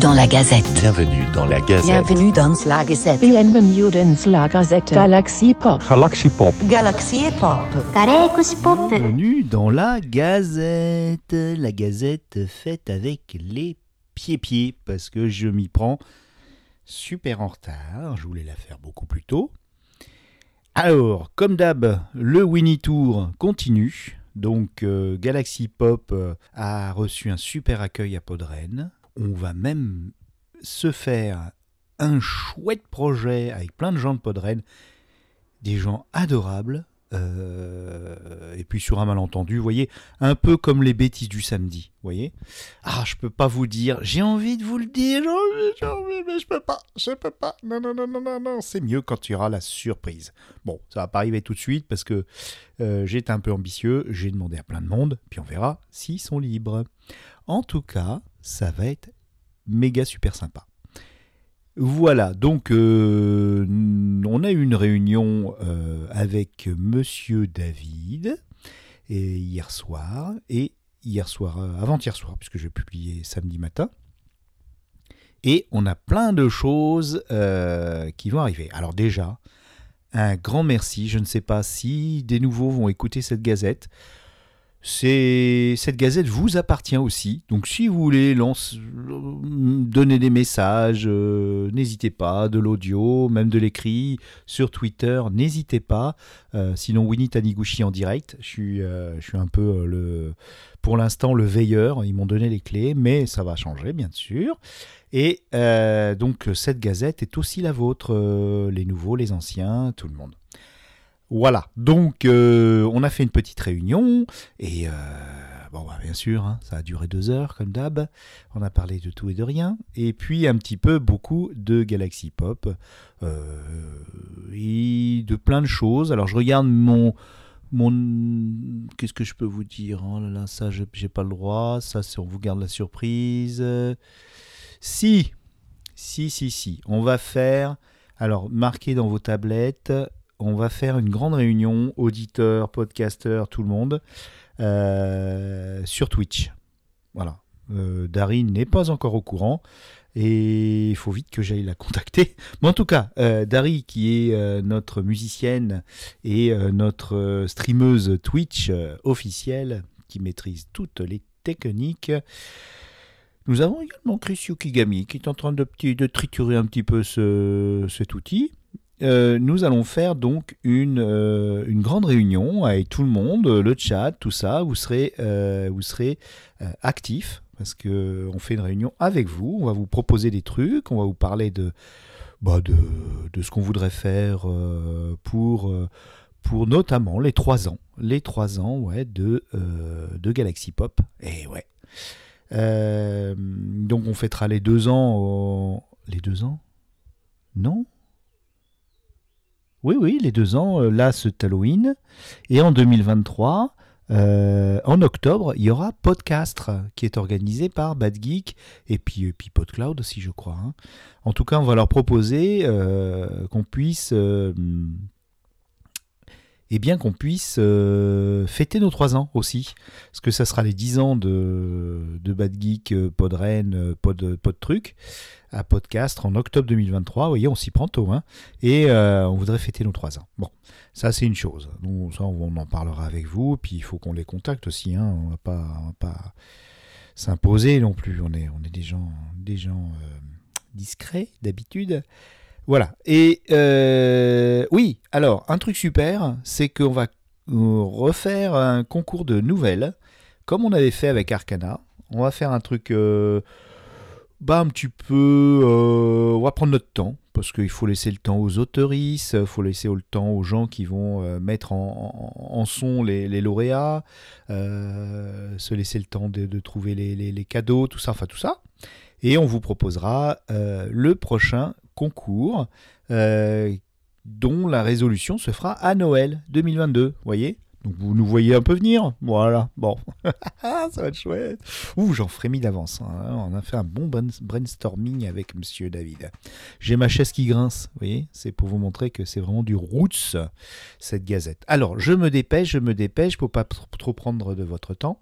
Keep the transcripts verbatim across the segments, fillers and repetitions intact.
dans la Gazette. Bienvenue dans la Gazette. Bienvenue dans la Gazette. Bienvenue dans la Gazette. Galaxy Pop. Galaxy Pop. Galaxy Pop. Galaxy Pop. Bienvenue dans la Gazette. La Gazette faite avec les pieds-pieds, parce que je m'y prends super en retard. Je voulais la faire beaucoup plus tôt. Alors, comme d'hab, le Winnie Tour continue. Donc, euh, Galaxy Pop euh, a reçu un super accueil à Podren. On va même se faire un chouette projet avec plein de gens de Podren, des gens adorables, euh, et puis sur un malentendu, vous voyez, un peu comme les bêtises du samedi, vous voyez. Ah, je peux pas vous dire, j'ai envie de vous le dire, j'ai envie, j'ai envie, mais je peux pas, je peux pas, non, non, non, non, non, non, c'est mieux quand il y aura la surprise. Bon, ça va pas arriver tout de suite, parce que euh, j'ai été un peu ambitieux, j'ai demandé à plein de monde, puis on verra s'ils sont libres. En tout cas, ça va être méga super sympa. Voilà, donc euh, on a eu une réunion euh, avec Monsieur David et hier soir, et hier soir, euh, avant-hier soir, puisque je vais publier samedi matin, et on a plein de choses euh, qui vont arriver. Alors déjà, un grand merci, je ne sais pas si des nouveaux vont écouter cette gazette. C'est, cette gazette vous appartient aussi, donc si vous voulez lance, donner des messages, euh, n'hésitez pas, de l'audio, même de l'écrit, sur Twitter, n'hésitez pas, euh, sinon Winnie Taniguchi en direct, je suis, euh, je suis un peu euh, le, pour l'instant le veilleur, ils m'ont donné les clés, mais ça va changer bien sûr, et euh, donc cette gazette est aussi la vôtre, euh, les nouveaux, les anciens, tout le monde. Voilà, donc euh, on a fait une petite réunion et euh, bon, bah, bien sûr, hein, ça a duré deux heures comme d'hab. On a parlé de tout et de rien et puis un petit peu beaucoup de Galaxy Pop euh, et de plein de choses. Alors je regarde mon mon qu'est-ce que je peux vous dire, oh là là, ça j'ai, j'ai pas le droit, ça c'est on vous garde la surprise. Si, si, si, si, on va faire. Alors marquez dans vos tablettes. On va faire une grande réunion, auditeurs, podcasteurs, tout le monde, euh, sur Twitch. Voilà. Euh, Dari n'est pas encore au courant et il faut vite que j'aille la contacter. Mais en tout cas, euh, Dari, qui est euh, notre musicienne et euh, notre euh, streameuse Twitch euh, officielle, qui maîtrise toutes les techniques. Nous avons également Chris Yukigami, qui est en train de, petit, de triturer un petit peu ce, cet outil. Euh, nous allons faire donc une, euh, une grande réunion avec tout le monde, le chat, tout ça. Vous serez, euh, vous serez euh, actifs parce qu'on fait une réunion avec vous. On va vous proposer des trucs, on va vous parler de, bah de, de ce qu'on voudrait faire euh, pour, euh, pour notamment les trois ans. Les trois ans ouais, de, euh, de Galaxy Pop. Et ouais. Euh, donc on fêtera les deux ans. Au... Les deux ans ? Non ? Oui, oui, les deux ans, euh, là, c'est Halloween. Et en deux mille vingt-trois, euh, en octobre, il y aura Podcastre, qui est organisé par Bad Geek et puis, et puis PodCloud aussi, je crois. Hein. En tout cas, on va leur proposer euh, qu'on puisse... Euh, eh bien, qu'on puisse euh, fêter nos trois ans aussi. Parce que ça sera les dix ans de, de Bad Geek, Podren, Pod, Pod Truc, à Podcastre en octobre deux mille vingt-trois. Vous voyez, on s'y prend tôt. Hein, et euh, on voudrait fêter nos trois ans. Bon, ça, c'est une chose. Donc, ça, on en parlera avec vous. Puis, il faut qu'on les contacte aussi. Hein, on ne va pas, on va pas s'imposer non plus. On est, on est des gens, des gens euh, discrets, d'habitude. Voilà, et euh, oui, alors, un truc super, c'est qu'on va refaire un concours de nouvelles, comme on avait fait avec Arcana. On va faire un truc, euh, bah, un petit peu, euh, on va prendre notre temps, parce qu'il faut laisser le temps aux auteuristes, il faut laisser le temps aux gens qui vont euh, mettre en, en, en son les, les lauréats, euh, se laisser le temps de, de trouver les, les, les cadeaux, tout ça, enfin tout ça. Et on vous proposera euh, le prochain concours euh, dont la résolution se fera à Noël deux mille vingt-deux, vous voyez ? Donc vous nous voyez un peu venir, voilà, bon, ça va être chouette. Ouh, j'en frémis d'avance, hein. On a fait un bon brainstorming avec Monsieur David. J'ai ma chaise qui grince, vous voyez, c'est pour vous montrer que c'est vraiment du roots, cette gazette. Alors, je me dépêche, je me dépêche, pour pas trop prendre de votre temps.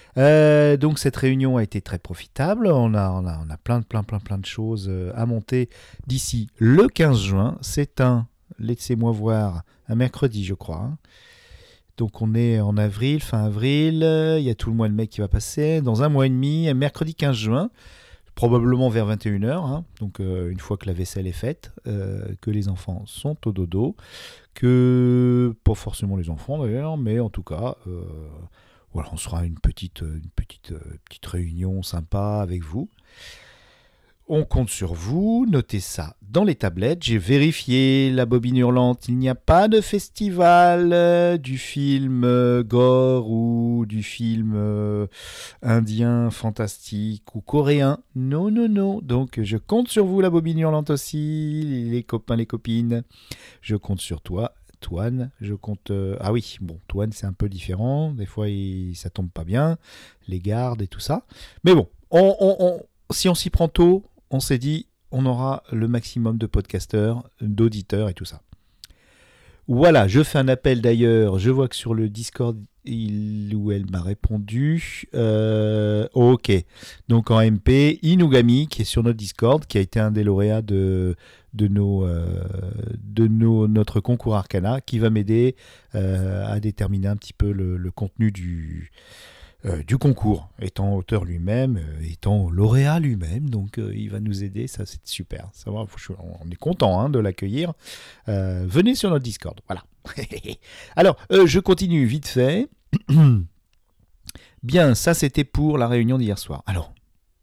Euh, donc cette réunion a été très profitable. On a, on a, on a plein, plein, plein, plein de choses à monter d'ici le quinze juin. C'est un, laissez-moi voir, un mercredi, je crois. Hein. Donc on est en avril, fin avril. Il y a tout le mois de mai qui va passer. Dans un mois et demi, mercredi quinze juin. Probablement vers vingt et une heures, hein, donc euh, une fois que la vaisselle est faite, euh, que les enfants sont au dodo, que, pas forcément les enfants d'ailleurs, mais en tout cas, euh, voilà, on sera une petite, une petite, euh, petite réunion sympa avec vous. On compte sur vous, notez ça dans les tablettes. J'ai vérifié la bobine hurlante, il n'y a pas de festival euh, du film euh, gore ou du film euh, indien fantastique ou coréen. Non, non, non. Donc je compte sur vous, la bobine hurlante aussi, les copains, les copines. Je compte sur toi, Toine. Je compte... Euh... Ah oui, bon, Toine c'est un peu différent. Des fois il... ça tombe pas bien, les gardes et tout ça. Mais bon, on, on, on... si on s'y prend tôt, on s'est dit, on aura le maximum de podcasteurs, d'auditeurs et tout ça. Voilà, je fais un appel d'ailleurs. Je vois que sur le Discord, il ou elle m'a répondu. Euh, ok. Donc en M P, Inugami, qui est sur notre Discord, qui a été un des lauréats de, de, nos, euh, de nos, notre concours Arcana, qui va m'aider euh, à déterminer un petit peu le, le contenu du... Euh, du concours, étant auteur lui-même, euh, étant lauréat lui-même, donc euh, il va nous aider, ça c'est super, ça va, on est content hein, de l'accueillir. Euh, venez sur notre Discord, voilà. Alors, euh, je continue vite fait. Bien, ça c'était pour la réunion d'hier soir. Alors,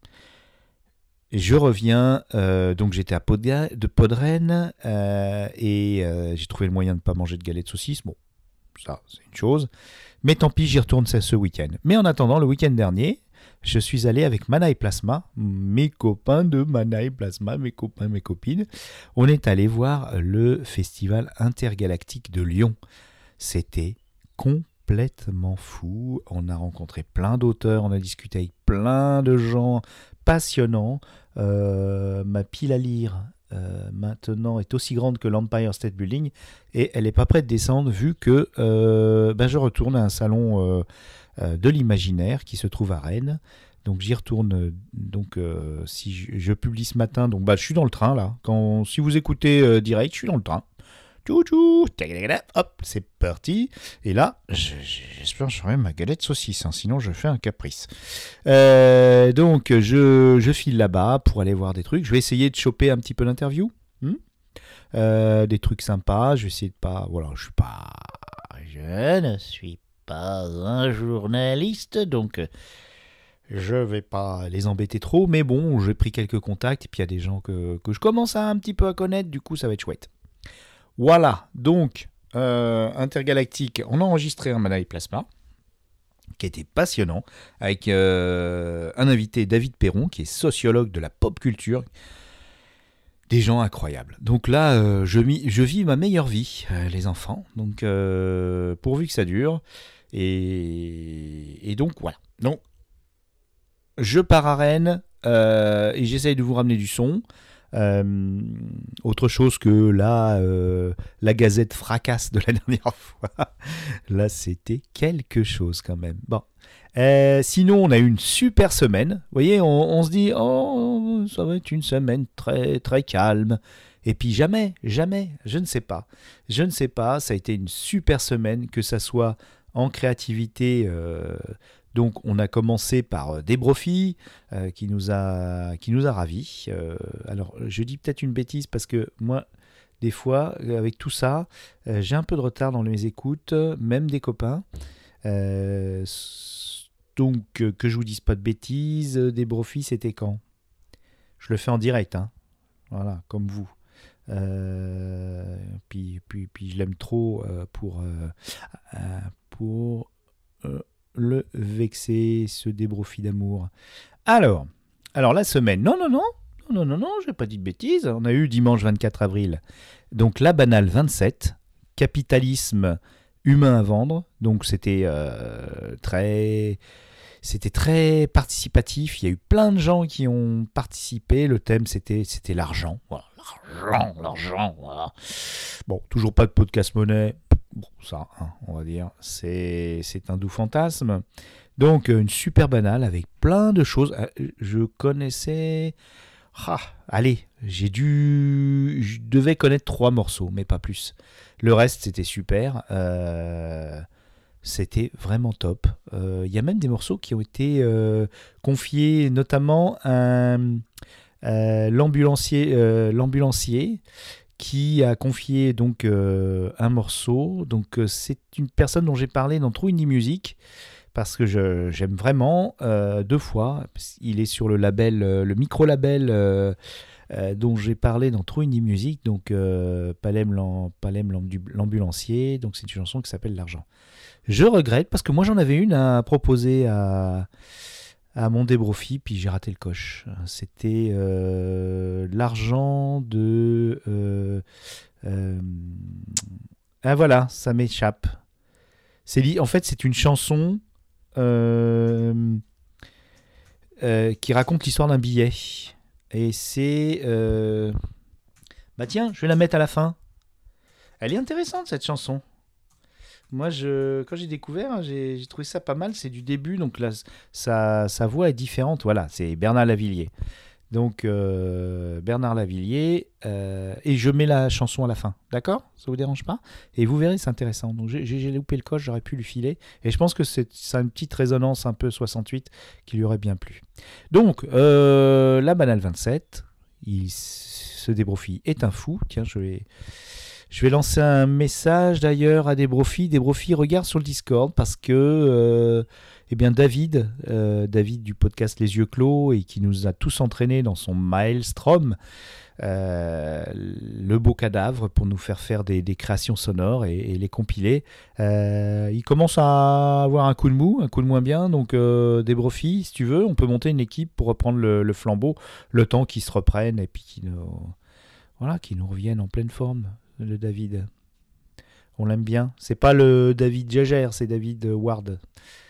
je reviens, euh, donc j'étais à Podga- de Podren euh, et euh, j'ai trouvé le moyen de ne pas manger de galets de saucisse. Bon, ça c'est une chose. Mais tant pis, j'y retourne ça ce week-end. Mais en attendant, le week-end dernier, je suis allé avec Mana et Plasma, mes copains de Mana et Plasma, mes copains, mes copines. On est allé voir le Festival Intergalactique de Lyon. C'était complètement fou. On a rencontré plein d'auteurs, on a discuté avec plein de gens passionnants. Euh, ma pile à lire... Euh, maintenant est aussi grande que l'Empire State Building et elle n'est pas prête de descendre vu que euh, ben je retourne à un salon euh, euh, de l'imaginaire qui se trouve à Rennes, donc j'y retourne euh, donc euh, si je, je publie ce matin, donc bah, je suis dans le train là, quand, si vous écoutez euh, direct, je suis dans le train. Tchou-tchou, hop, c'est parti. Et là, j'espère que j'aurai ma galette saucisse, hein, sinon je fais un caprice. Euh, donc, je, je file là-bas pour aller voir des trucs. Je vais essayer de choper un petit peu l'interview. Hmm euh, des trucs sympas. Je vais essayer de pas... Voilà, je suis pas... Je ne suis pas un journaliste, donc... Je vais pas les embêter trop, mais bon, j'ai pris quelques contacts, et puis il y a des gens que, que je commence à un petit peu à connaître, du coup ça va être chouette. Voilà, donc, euh, Intergalactique, on a enregistré un Mana et Plasma, qui était passionnant, avec euh, un invité, David Perron, qui est sociologue de la pop culture, des gens incroyables. Donc là, euh, je, je vis ma meilleure vie, euh, les enfants, donc euh, pourvu que ça dure, et, et donc voilà. Donc, je pars à Rennes, euh, et j'essaye de vous ramener du son. Euh, autre chose que là, euh, la Gazette fracasse de la dernière fois. Là, c'était quelque chose quand même. Bon. Euh, sinon, on a eu une super semaine. Vous voyez, on, on se dit, oh, ça va être une semaine très, très calme. Et puis jamais, jamais, je ne sais pas. Je ne sais pas, ça a été une super semaine, que ça soit en créativité... Euh, Donc, on a commencé par Débrofi, euh, qui nous a, qui nous a ravis. Euh, alors, je dis peut-être une bêtise parce que moi, des fois, avec tout ça, euh, j'ai un peu de retard dans mes écoutes, même des copains. Euh, donc, euh, que je vous dise pas de bêtises, Débrofi, c'était quand ? Je le fais en direct, hein. Voilà, comme vous. Euh, puis, puis, puis, je l'aime trop euh, pour... Euh, euh, pour euh, le vexer, ce Débrofi d'amour. Alors, alors la semaine, non, non, non, non, non, non, j'ai pas dit de bêtises. On a eu dimanche vingt-quatre avril, donc la banale vingt-sept, capitalisme humain à vendre. Donc c'était euh, très, c'était très participatif. Il y a eu plein de gens qui ont participé. Le thème c'était, c'était l'argent. Voilà, l'argent, l'argent. Voilà. Bon, toujours pas de podcast monnaie. bon, ça, hein, on va dire, c'est, c'est un doux fantasme. Donc, une super banale avec plein de choses. Je connaissais... Ah, allez, j'ai dû... Je devais connaître trois morceaux, mais pas plus. Le reste, c'était super. Euh... C'était vraiment top. Il euh, y a même des morceaux qui ont été euh, confiés, notamment à euh, l'ambulancier, euh, l'ambulancier qui a confié donc euh, un morceau. Donc euh, c'est une personne dont j'ai parlé dans True Indie Music parce que je, j'aime vraiment euh, deux fois. Il est sur le label, euh, le micro-label euh, euh, dont j'ai parlé dans True Indie Music, donc euh, Palem, l'am, Palem l'ambulancier. Donc c'est une chanson qui s'appelle L'argent. Je regrette parce que moi j'en avais une à proposer à, à mon débrofi, puis j'ai raté le coche. C'était euh, l'argent de... Euh, euh, ah voilà, ça m'échappe. C'est li... En fait, c'est une chanson euh, euh, qui raconte l'histoire d'un billet. Et c'est... Euh... Bah tiens, je vais la mettre à la fin. Elle est intéressante cette chanson. Moi, je, quand j'ai découvert, j'ai, j'ai trouvé ça pas mal. C'est du début, donc là, sa, sa voix est différente. Voilà, c'est Bernard Lavilliers. Donc, euh, Bernard Lavilliers. Euh, et je mets la chanson à la fin. D'accord ? Ça vous dérange pas ? Et vous verrez, c'est intéressant. Donc, j'ai, j'ai loupé le coche, j'aurais pu lui filer. Et je pense que c'est, c'est une petite résonance un peu soixante-huit qui lui aurait bien plu. Donc, euh, la banale vingt-sept. Il, ce débrofi est un fou. Tiens, je vais... Je vais lancer un message d'ailleurs à Débrofi. Débrofi, regarde sur le Discord parce que euh, eh bien David, euh, David du podcast Les Yeux Clos et qui nous a tous entraînés dans son Maelstrom, euh, le beau cadavre pour nous faire faire des, des créations sonores et, et les compiler. Euh, il commence à avoir un coup de mou, un coup de moins bien. Donc euh, Débrofi, si tu veux, on peut monter une équipe pour reprendre le, le flambeau, le temps qu'il se reprenne et puis qu'il nous, voilà, qu'il nous revienne en pleine forme. Le David, on l'aime bien. C'est pas le David Jager, c'est David Ward.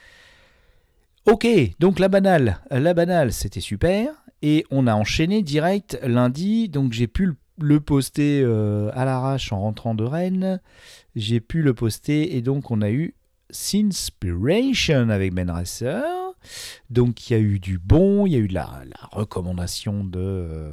Ok, donc la banale, la banale, c'était super. Et on a enchaîné direct lundi. Donc j'ai pu le poster euh, à l'arrache en rentrant de Rennes. J'ai pu le poster et donc on a eu Sinspiration avec Ben Racer. Donc il y a eu du bon, il y a eu de la, la recommandation de... Euh,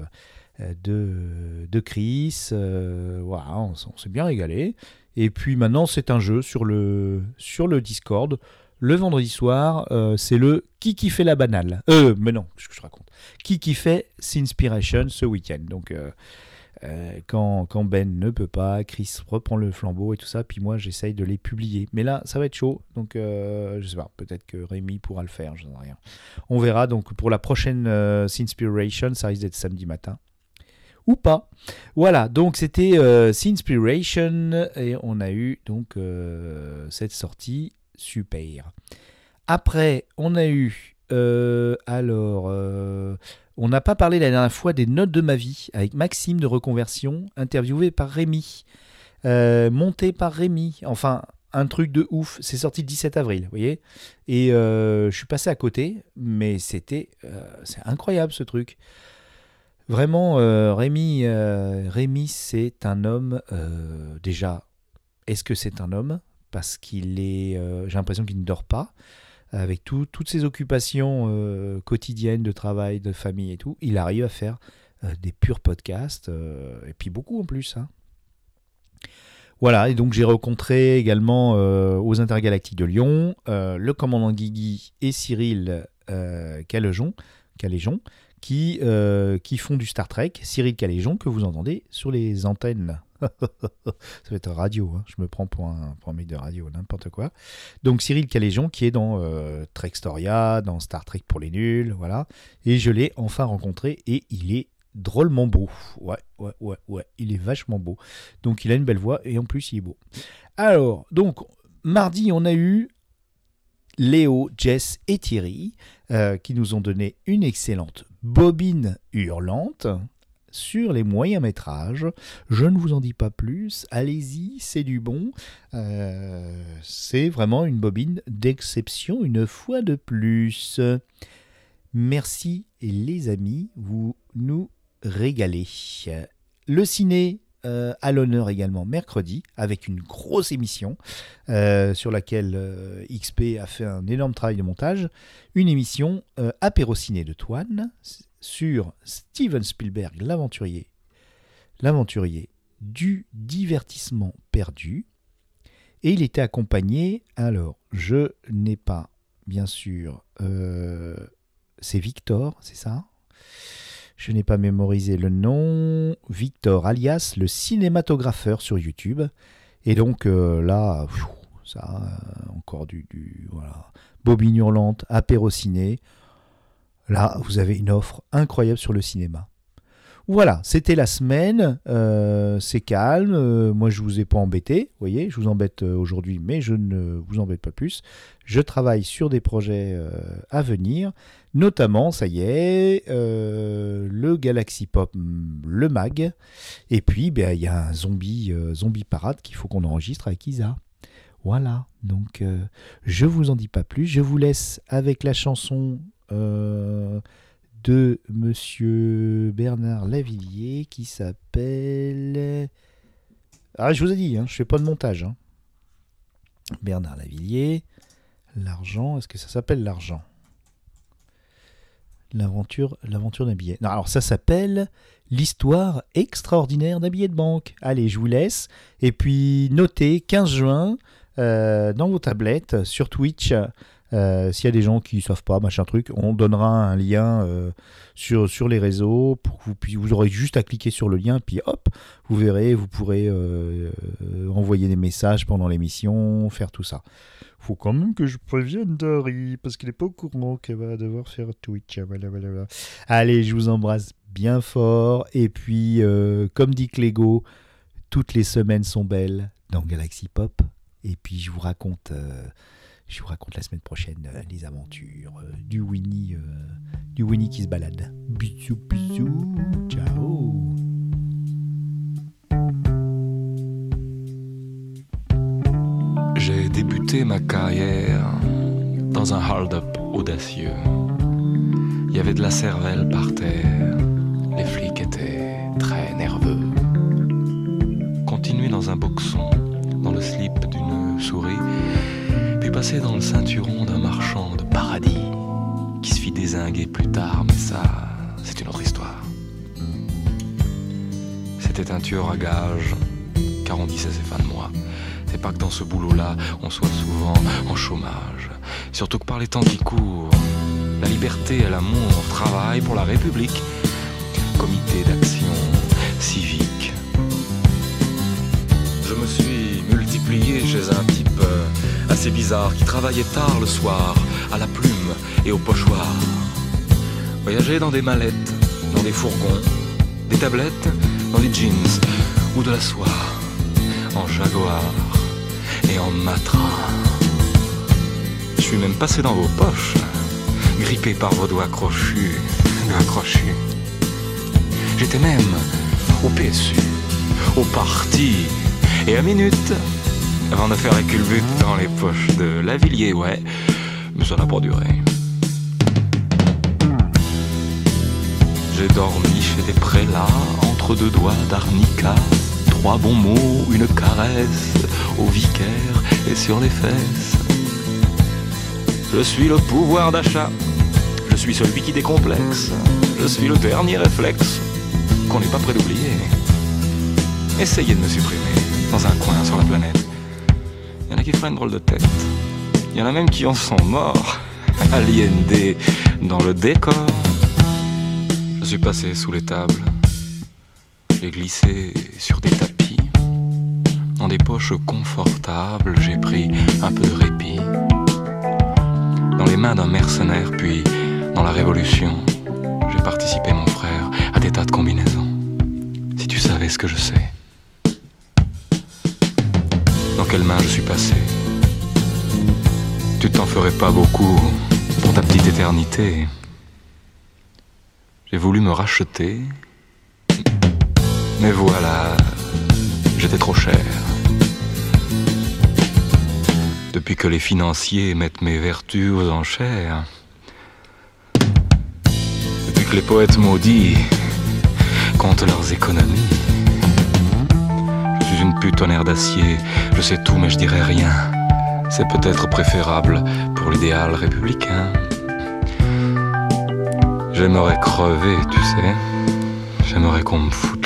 De, de Chris, euh, voilà, on, on s'est bien régalé. Et puis maintenant, c'est un jeu sur le, sur le Discord. Le vendredi soir, euh, c'est le qui qui fait la banale. Euh, mais non, qu'est-ce que je raconte ? Qui qui fait Sinspiration ce week-end. Donc, euh, euh, quand, quand Ben ne peut pas, Chris reprend le flambeau et tout ça. Puis moi, j'essaye de les publier. Mais là, ça va être chaud. Donc, euh, je sais pas, peut-être que Rémi pourra le faire, je ne sais rien. On verra. Donc, pour la prochaine euh, Sinspiration, ça risque d'être samedi matin. Ou pas. Voilà, donc c'était euh, Sinspiration et on a eu donc euh, cette sortie super. Après, on a eu euh, alors euh, on n'a pas parlé la dernière fois des notes de ma vie avec Maxime de Reconversion, interviewé par Rémi, euh, monté par Rémi. Enfin, un truc de ouf. C'est sorti le dix-sept avril, vous voyez. Et euh, je suis passé à côté, mais c'était euh, c'est incroyable ce truc. Vraiment, euh, Rémi, euh, Rémi, c'est un homme, euh, déjà, est-ce que c'est un homme ? Parce qu'il est, euh, j'ai l'impression qu'il ne dort pas, avec tout, toutes ses occupations euh, quotidiennes de travail, de famille et tout, il arrive à faire euh, des purs podcasts, euh, et puis beaucoup en plus. Hein. Voilà, et donc j'ai rencontré également euh, aux Intergalactiques de Lyon, euh, le commandant Guigui et Cyril euh, Caléjon, Caléjon Qui, euh, qui font du Star Trek, Cyril Caléjon, que vous entendez sur les antennes. Ça va être radio, hein. Je me prends pour un, pour un mec de radio, n'importe quoi. Donc Cyril Caléjon, qui est dans euh, Trek Storia, dans Star Trek pour les nuls, voilà. Et je l'ai enfin rencontré, et il est drôlement beau. Ouais, ouais, ouais, ouais, il est vachement beau. Donc il a une belle voix, et en plus il est beau. Alors, donc, mardi, on a eu Léo, Jess et Thierry, euh, qui nous ont donné une excellente bobine hurlante sur les moyens métrages. Je ne vous en dis pas plus, allez-y, c'est du bon. Euh, c'est vraiment une bobine d'exception une fois de plus. Merci les amis, vous nous régalez. Le ciné, euh, à l'honneur également mercredi, avec une grosse émission euh, sur laquelle euh, X P a fait un énorme travail de montage. Une émission euh, apérociné de Toine sur Steven Spielberg, l'aventurier, l'aventurier du divertissement perdu. Et il était accompagné, alors je n'ai pas, bien sûr, euh, c'est Victor, c'est ça ? Je n'ai pas mémorisé le nom. Victor, alias le cinématographeur sur YouTube. Et donc euh, là, pfiou, ça, euh, encore du, du voilà, bobine hurlante, apérociné. Là, vous avez une offre incroyable sur le cinéma. Voilà, c'était la semaine, euh, c'est calme, euh, moi je vous ai pas embêté, vous voyez, je vous embête euh, aujourd'hui, mais je ne vous embête pas plus. Je travaille sur des projets euh, à venir, notamment, ça y est, euh, le Galaxy Pop, le mag, et puis ben, il y a un zombie, euh, zombie parade qu'il faut qu'on enregistre avec Isa. Voilà, donc euh, je vous en dis pas plus, je vous laisse avec la chanson... Euh, de Monsieur Bernard Lavillier qui s'appelle... Ah, je vous ai dit, hein, je fais pas de montage. Hein. Bernard Lavillier, l'argent, est-ce que ça s'appelle l'argent ? L'aventure, l'aventure d'un billet. Non, alors ça s'appelle l'histoire extraordinaire d'un billet de banque. Allez, je vous laisse. Et puis notez quinze juin euh, dans vos tablettes sur Twitch. Euh, s'il y a des gens qui ne savent pas, machin truc, on donnera un lien euh, sur, sur les réseaux, pour que vous, puis vous aurez juste à cliquer sur le lien, puis hop, vous verrez, vous pourrez euh, euh, envoyer des messages pendant l'émission, faire tout ça. Faut quand même que je prévienne Dari, parce qu'il n'est pas au courant qu'elle va devoir faire Twitch. Blablabla. Allez, je vous embrasse bien fort, et puis, euh, comme dit Clégo, toutes les semaines sont belles dans Galaxy Pop, et puis je vous raconte... Euh, Je vous raconte la semaine prochaine euh, les aventures euh, du Winnie, euh, du Winnie qui se balade. Bisous, bisous, ciao. J'ai débuté ma carrière dans un hold-up audacieux. Il y avait de la cervelle par terre. Les flics étaient très nerveux. Continué dans un boxon, dans le slip d'une souris. Puis passé dans le ceinturon d'un marchand de paradis qui se fit dézinguer plus tard, mais ça, c'est une autre histoire. C'était un tueur à gages, car on disait c'est fin de mois. C'est pas que dans ce boulot-là, on soit souvent en chômage. Surtout que par les temps qui courent, la liberté et l'amour travaillent pour la République. Comité d'action civique. Je me suis multiplié chez un type assez bizarre qui travaillait tard le soir à la plume et au pochoir. Voyageait dans des mallettes, dans des fourgons, des tablettes, dans des jeans ou de la soie, en jaguar et en matra. Je suis même passé dans vos poches, grippé par vos doigts crochus, accrochus. J'étais même au P S U, au parti et à minute. Avant de faire un culbute dans les poches de Lavillier, ouais, mais ça n'a pas duré. J'ai dormi chez des prélats, entre deux doigts d'arnica, trois bons mots, une caresse, au vicaire et sur les fesses. Je suis le pouvoir d'achat, je suis celui qui décomplexe, je suis le dernier réflexe qu'on n'est pas prêt d'oublier. Essayez de me supprimer dans un coin sur la planète. Il y en a qui feraient une drôle de tête. Il y en a même qui en sont morts, aliénés dans le décor. Je suis passé sous les tables. J'ai glissé sur des tapis. Dans des poches confortables, j'ai pris un peu de répit. Dans les mains d'un mercenaire, puis dans la Révolution, j'ai participé, mon frère, à des tas de combinaisons. Si tu savais ce que je sais. Dans quelle main je suis passé? Tu t'en ferais pas beaucoup pour ta petite éternité. J'ai voulu me racheter, mais voilà, j'étais trop cher. Depuis que les financiers mettent mes vertus aux enchères, depuis que les poètes maudits comptent leurs économies, une pute en air d'acier. Je sais tout mais je dirai rien. C'est peut-être préférable pour l'idéal républicain. J'aimerais crever, tu sais. J'aimerais qu'on me foute